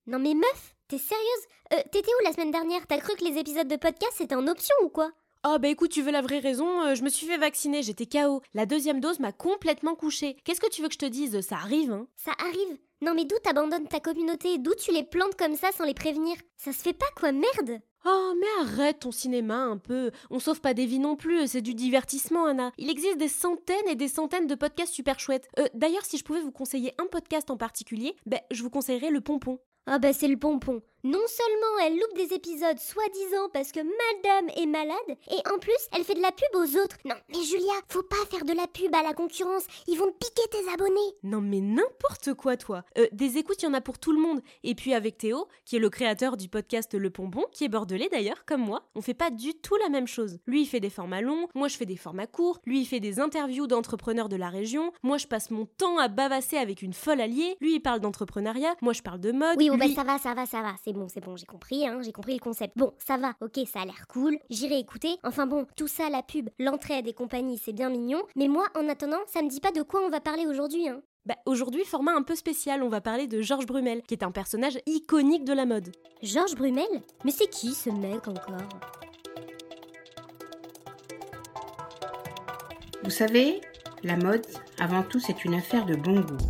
Non mais meuf, t'es sérieuse? T'étais où la semaine dernière? T'as cru que les épisodes de podcast c'était en option ou quoi? Oh bah écoute, tu veux la vraie raison, je me suis fait vacciner, j'étais KO. La 2e dose m'a complètement couchée. Qu'est-ce que tu veux que je te dise? Ça arrive, hein? Ça arrive. Non mais d'où t'abandonnes ta communauté? D'où tu les plantes comme ça sans les prévenir? Ça se fait pas quoi, merde! Oh mais arrête ton cinéma un peu. On sauve pas des vies non plus, c'est du divertissement, Anna. Il existe des centaines et des centaines de podcasts super chouettes. D'ailleurs, si je pouvais vous conseiller un podcast en particulier, je vous conseillerais Le Pompon. Ah bah c'est le pompon. Non seulement elle loupe des épisodes soi-disant parce que madame est malade, et en plus elle fait de la pub aux autres. Non mais Julia, faut pas faire de la pub à la concurrence, ils vont te piquer tes abonnés. Non mais n'importe quoi toi. Des écoutes, il y en a pour tout le monde. Et puis avec Théo, qui est le créateur du podcast Le Pompon, qui est bordelais d'ailleurs, comme moi, on fait pas du tout la même chose. Lui il fait des formats longs, moi je fais des formats courts, lui il fait des interviews d'entrepreneurs de la région, moi je passe mon temps à bavasser avec une folle alliée, lui il parle d'entrepreneuriat, moi je parle de mode. Oui, lui... ça va, c'est bon, j'ai compris le concept. Bon, ça va, ok, ça a l'air cool, j'irai écouter. Enfin bon, tout ça, la pub, l'entraide et compagnie, c'est bien mignon, mais moi, en attendant, ça me dit pas de quoi on va parler aujourd'hui, hein. Aujourd'hui, format un peu spécial, on va parler de Georges Brumel, qui est un personnage iconique de la mode. Georges Brumel? Mais c'est qui ce mec encore? Vous savez, la mode, avant tout, c'est une affaire de bon goût.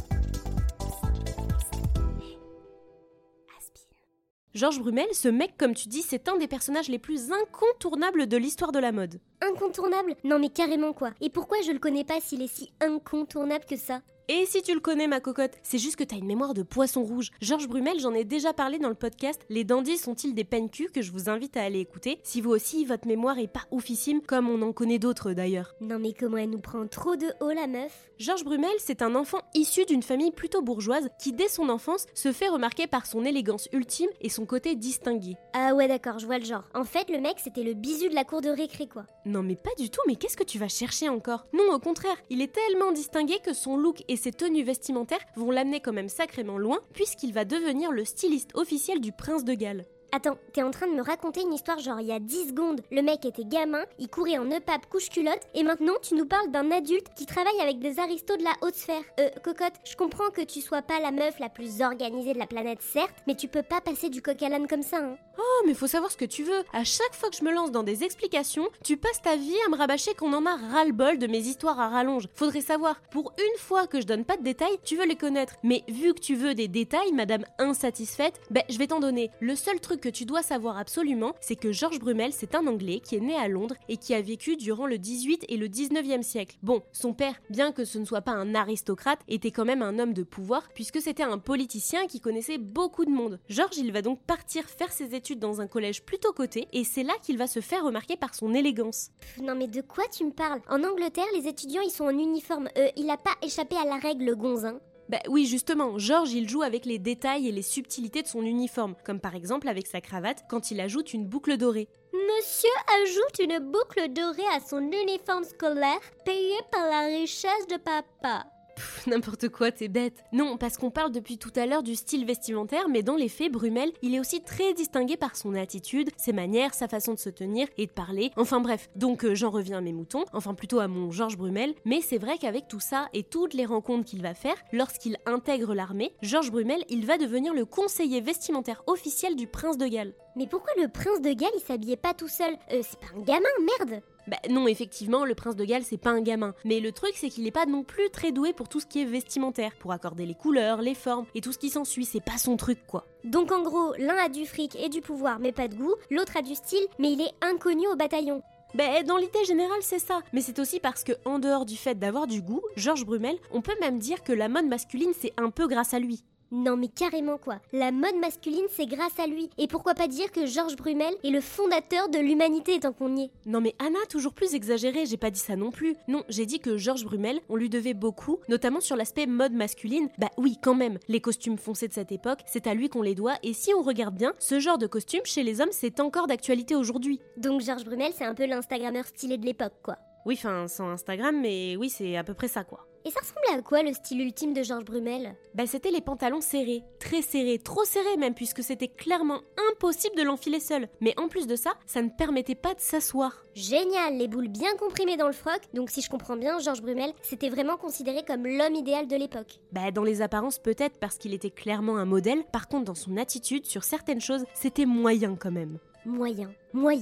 Georges Brumel, ce mec, comme tu dis, c'est un des personnages les plus incontournables de l'histoire de la mode. Incontournable? Non mais carrément quoi. Et pourquoi je le connais pas s'il est si incontournable que ça? Et si tu le connais, ma cocotte, c'est juste que t'as une mémoire de poisson rouge. Georges Brumel, j'en ai déjà parlé dans le podcast Les dandys sont-ils des peines-culs, que je vous invite à aller écouter, si vous aussi, votre mémoire est pas oufissime, comme on en connaît d'autres d'ailleurs. Non mais comment elle nous prend trop de haut, la meuf? Georges Brumel, c'est un enfant issu d'une famille plutôt bourgeoise qui, dès son enfance, se fait remarquer par son élégance ultime et son côté distingué. Ah ouais d'accord, je vois le genre. En fait, le mec, c'était le bisu de la cour de récré, quoi. Non mais pas du tout, mais qu'est-ce que tu vas chercher encore? Non, au contraire, il est tellement distingué que son look et ses tenues vestimentaires vont l'amener quand même sacrément loin, puisqu'il va devenir le styliste officiel du prince de Galles. Attends, t'es en train de me raconter une histoire genre il y a 10 secondes, le mec était gamin, il courait en EPAP couche-culotte, et maintenant tu nous parles d'un adulte qui travaille avec des aristos de la haute sphère. Cocotte, je comprends que tu sois pas la meuf la plus organisée de la planète, certes, mais tu peux pas passer du coq à l'âne comme ça, hein. Oh, mais faut savoir ce que tu veux. À chaque fois que je me lance dans des explications, tu passes ta vie à me rabâcher qu'on en a ras-le-bol de mes histoires à rallonge. Faudrait savoir, pour une fois que je donne pas de détails, tu veux les connaître. Mais vu que tu veux des détails, madame insatisfaite, je vais t'en donner. Le seul truc que tu dois savoir absolument, c'est que Georges Brumel, c'est un Anglais qui est né à Londres et qui a vécu durant le 18 et le 19e siècle. Bon, son père, bien que ce ne soit pas un aristocrate, était quand même un homme de pouvoir, puisque c'était un politicien qui connaissait beaucoup de monde. Georges, il va donc partir faire ses études dans un collège plutôt coté, et c'est là qu'il va se faire remarquer par son élégance. Non mais de quoi tu me parles? En Angleterre, les étudiants ils sont en uniforme, il a pas échappé à la règle, le gonzin. Oui, justement, Georges, il joue avec les détails et les subtilités de son uniforme, comme par exemple avec sa cravate quand il ajoute une boucle dorée. Monsieur ajoute une boucle dorée à son uniforme scolaire payé par la richesse de papa. N'importe quoi, t'es bête. Non, parce qu'on parle depuis tout à l'heure du style vestimentaire, mais dans les faits, Brumel, il est aussi très distingué par son attitude, ses manières, sa façon de se tenir et de parler. Enfin bref, donc j'en reviens à mes moutons, enfin plutôt à mon Georges Brumel, mais c'est vrai qu'avec tout ça et toutes les rencontres qu'il va faire, lorsqu'il intègre l'armée, Georges Brumel, il va devenir le conseiller vestimentaire officiel du prince de Galles. Mais pourquoi le prince de Galles il s'habillait pas tout seul? C'est pas un gamin, merde! Non, effectivement, le prince de Galles, c'est pas un gamin. Mais le truc, c'est qu'il est pas non plus très doué pour tout ce qui est vestimentaire, pour accorder les couleurs, les formes, et tout ce qui s'ensuit, c'est pas son truc, quoi. Donc en gros, l'un a du fric et du pouvoir, mais pas de goût, l'autre a du style, mais il est inconnu au bataillon. Dans l'idée générale, c'est ça. Mais c'est aussi parce que, en dehors du fait d'avoir du goût, Georges Brumel, on peut même dire que la mode masculine, c'est un peu grâce à lui. Non mais carrément quoi, la mode masculine c'est grâce à lui, et pourquoi pas dire que Georges Brumel est le fondateur de l'humanité tant qu'on y est. Non mais Anna, toujours plus exagéré, j'ai pas dit ça non plus. Non, j'ai dit que Georges Brumel, on lui devait beaucoup, notamment sur l'aspect mode masculine. Oui quand même, les costumes foncés de cette époque, c'est à lui qu'on les doit, et si on regarde bien, ce genre de costume chez les hommes c'est encore d'actualité aujourd'hui. Donc Georges Brumel c'est un peu l'instagrammeur stylé de l'époque quoi. Oui, sans Instagram, mais oui c'est à peu près ça quoi. Et ça ressemblait à quoi le style ultime de Georges Brumel? Bah c'était les pantalons serrés, très serrés, trop serrés même, puisque c'était clairement impossible de l'enfiler seul. Mais en plus de ça, ça ne permettait pas de s'asseoir. Génial, les boules bien comprimées dans le froc, donc si je comprends bien, Georges Brumel, c'était vraiment considéré comme l'homme idéal de l'époque. Bah dans les apparences peut-être parce qu'il était clairement un modèle, par contre dans son attitude sur certaines choses, c'était moyen quand même. Moyen.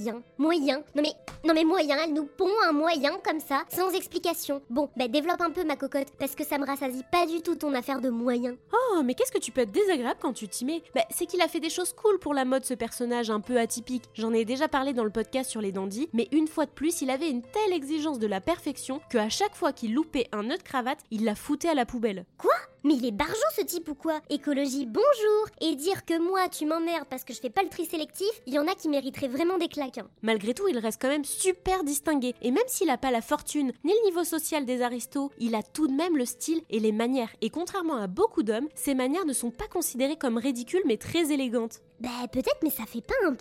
Non mais moyen, elle nous pond un moyen comme ça, sans explication. Bon, bah développe un peu ma cocotte, parce que ça me rassasie pas du tout ton affaire de moyen. Oh, mais qu'est-ce que tu peux être désagréable quand tu t'y mets? Bah c'est qu'il a fait des choses cool pour la mode, ce personnage un peu atypique. J'en ai déjà parlé dans le podcast sur les dandys, mais une fois de plus, il avait une telle exigence de la perfection que à chaque fois qu'il loupait un nœud de cravate, il la foutait à la poubelle. Quoi? Mais il est barjot ce type ou quoi? Écologie, bonjour! Et dire que moi, tu m'emmerdes parce que je fais pas le tri sélectif, il y en a qui mériteraient vraiment des claques. Hein. Malgré tout, il reste quand même super distingué. Et même s'il a pas la fortune ni le niveau social des aristos, il a tout de même le style et les manières. Et contrairement à beaucoup d'hommes, ses manières ne sont pas considérées comme ridicules mais très élégantes. Bah peut-être, mais ça fait pas un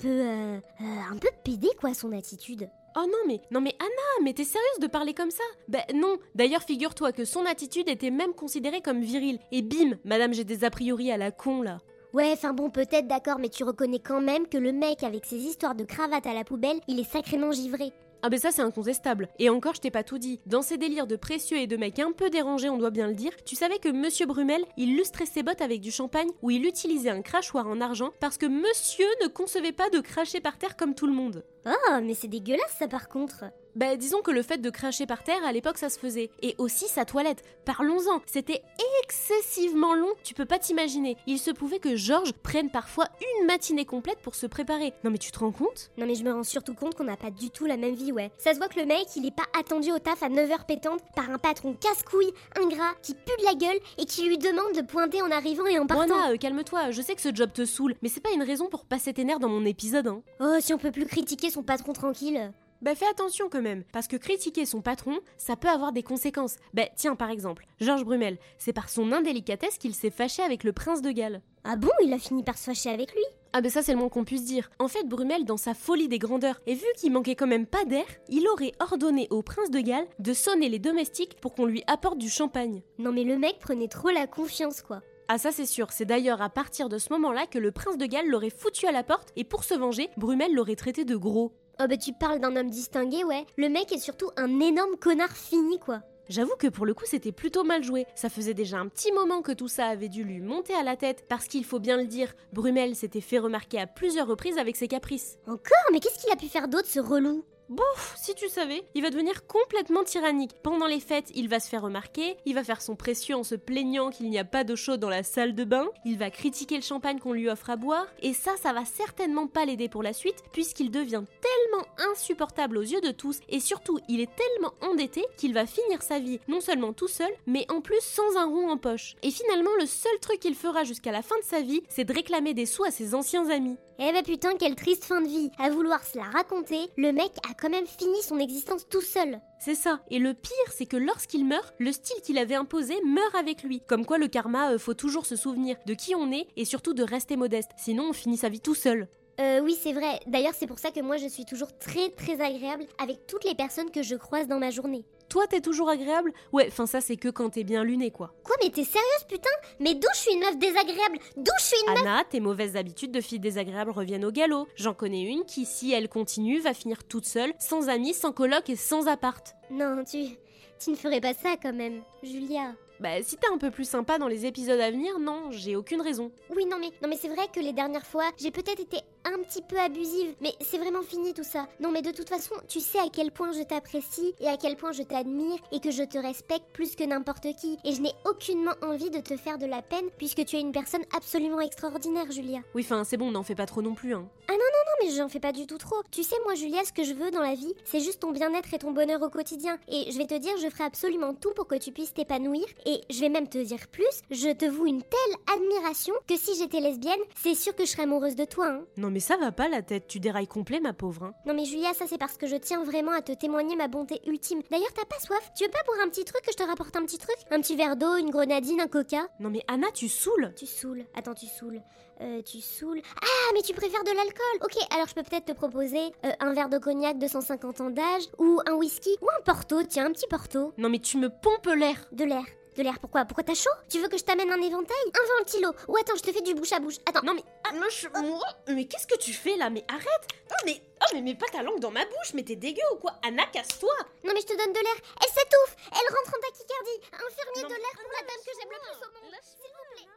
peu pédé quoi son attitude. Oh non mais Anna, mais t'es sérieuse de parler comme ça? Ben non, d'ailleurs figure-toi que son attitude était même considérée comme virile. Et bim, madame j'ai des a priori à la con là. Ouais, enfin bon, peut-être d'accord, mais tu reconnais quand même que le mec avec ses histoires de cravate à la poubelle, il est sacrément givré. Ah ben ça c'est incontestable. Et encore je t'ai pas tout dit. Dans ses délires de précieux et de mecs un peu dérangés, on doit bien le dire, tu savais que Monsieur Brumel, il lustrait ses bottes avec du champagne ou il utilisait un crachoir en argent parce que monsieur ne concevait pas de cracher par terre comme tout le monde. Oh, mais c'est dégueulasse ça par contre. Bah disons que le fait de cracher par terre, à l'époque ça se faisait. Et aussi sa toilette, parlons-en, c'était excessivement long, tu peux pas t'imaginer. Il se pouvait que Georges prenne parfois une matinée complète pour se préparer. Non mais tu te rends compte? Non mais je me rends surtout compte qu'on n'a pas du tout la même vie, ouais. Ça se voit que le mec, il est pas attendu au taf à 9h pétantes par un patron casse-couille, ingrat, qui pue de la gueule et qui lui demande de pointer en arrivant et en partant. Mona, calme-toi, je sais que ce job te saoule, mais c'est pas une raison pour passer tes nerfs dans mon épisode, hein. Oh, si on peut plus critiquer son patron tranquille. Bah fais attention quand même, parce que critiquer son patron, ça peut avoir des conséquences. Bah tiens par exemple, Georges Brumel, c'est par son indélicatesse qu'il s'est fâché avec le prince de Galles. Ah bon, il a fini par se fâcher avec lui? Ah bah ça c'est le moins qu'on puisse dire. En fait Brumel, dans sa folie des grandeurs, et vu qu'il manquait quand même pas d'air, il aurait ordonné au prince de Galles de sonner les domestiques pour qu'on lui apporte du champagne. Non mais le mec prenait trop la confiance quoi. Ah ça c'est sûr, c'est d'ailleurs à partir de ce moment-là que le prince de Galles l'aurait foutu à la porte, et pour se venger, Brumel l'aurait traité de gros. Oh bah tu parles d'un homme distingué, ouais. Le mec est surtout un énorme connard fini, quoi. J'avoue que pour le coup c'était plutôt mal joué. Ça faisait déjà un petit moment que tout ça avait dû lui monter à la tête, parce qu'il faut bien le dire, Brumel s'était fait remarquer à plusieurs reprises avec ses caprices. Encore? Mais qu'est-ce qu'il a pu faire d'autre ce relou? Bouf, si tu savais, il va devenir complètement tyrannique. Pendant les fêtes, il va se faire remarquer, il va faire son précieux en se plaignant qu'il n'y a pas d'eau chaude dans la salle de bain, il va critiquer le champagne qu'on lui offre à boire, et ça va certainement pas l'aider pour la suite, puisqu'il devient tellement insupportable aux yeux de tous, et surtout, il est tellement endetté qu'il va finir sa vie non seulement tout seul, mais en plus sans un rond en poche. Et finalement, le seul truc qu'il fera jusqu'à la fin de sa vie, c'est de réclamer des sous à ses anciens amis. Eh bah putain, quelle triste fin de vie. À vouloir se la raconter, le mec a quand même fini son existence tout seul. C'est ça. Et le pire, c'est que lorsqu'il meurt, le style qu'il avait imposé meurt avec lui. Comme quoi le karma, faut toujours se souvenir de qui on est et surtout de rester modeste. Sinon, on finit sa vie tout seul. Oui, c'est vrai. D'ailleurs, c'est pour ça que moi, je suis toujours très très agréable avec toutes les personnes que je croise dans ma journée. Toi, t'es toujours agréable? Ouais, enfin ça, c'est que quand t'es bien luné, quoi. Quoi, mais t'es sérieuse, putain? Mais d'où je suis une meuf désagréable? D'où je suis une meuf? Anna, tes mauvaises habitudes de fille désagréable reviennent au galop. J'en connais une qui, si elle continue, va finir toute seule, sans amis, sans coloc et sans appart. Non, tu ne ferais pas ça quand même, Julia. Bah si t'es un peu plus sympa dans les épisodes à venir, non, j'ai aucune raison. Oui, non mais c'est vrai que les dernières fois, j'ai peut-être été un petit peu abusive, mais c'est vraiment fini tout ça. Non mais de toute façon, tu sais à quel point je t'apprécie et à quel point je t'admire et que je te respecte plus que n'importe qui. Et je n'ai aucunement envie de te faire de la peine puisque tu es une personne absolument extraordinaire, Julia. Oui, enfin c'est bon, n'en fais pas trop non plus, hein. Ah non, mais j'en fais pas du tout trop. Tu sais, moi Julia, ce que je veux dans la vie, c'est juste ton bien-être et ton bonheur au quotidien. Et je vais te dire, je ferai absolument tout pour que tu puisses t'épanouir. Et je vais même te dire plus, je te voue une telle admiration que si j'étais lesbienne, c'est sûr que je serais amoureuse de toi, hein. Non mais ça va pas la tête, tu dérailles complet ma pauvre, hein. Non mais Julia, ça c'est parce que je tiens vraiment à te témoigner ma bonté ultime. D'ailleurs, t'as pas soif? Tu veux pas boire un petit truc, que je te rapporte un petit truc? Un petit verre d'eau, une grenadine, un coca? Non mais Anna, tu saoules. Tu saoules. Attends, tu saoules. Tu saoules. Ah, mais tu préfères de l'alcool. Ok, alors je peux peut-être te proposer un verre de cognac de 150 ans d'âge, ou un whisky, ou un porto, tiens, un petit porto. Non mais tu me pompes l'air. De l'air. De l'air, pourquoi t'as chaud? Tu veux que je t'amène un éventail? Un ventilo? Ou attends, je te fais du bouche à bouche. Attends. Non mais mais qu'est-ce que tu fais là? Mais arrête. Non mais mets pas ta langue dans ma bouche, mais t'es dégueu ou quoi? Anna, casse-toi. Non mais je te donne de l'air. Elle s'étouffe. Elle rentre en tachycardie. Un fermier Non, de l'air pour Anna, la dame que j'aime le lâche-moi. plus au monde. S'il vous plaît.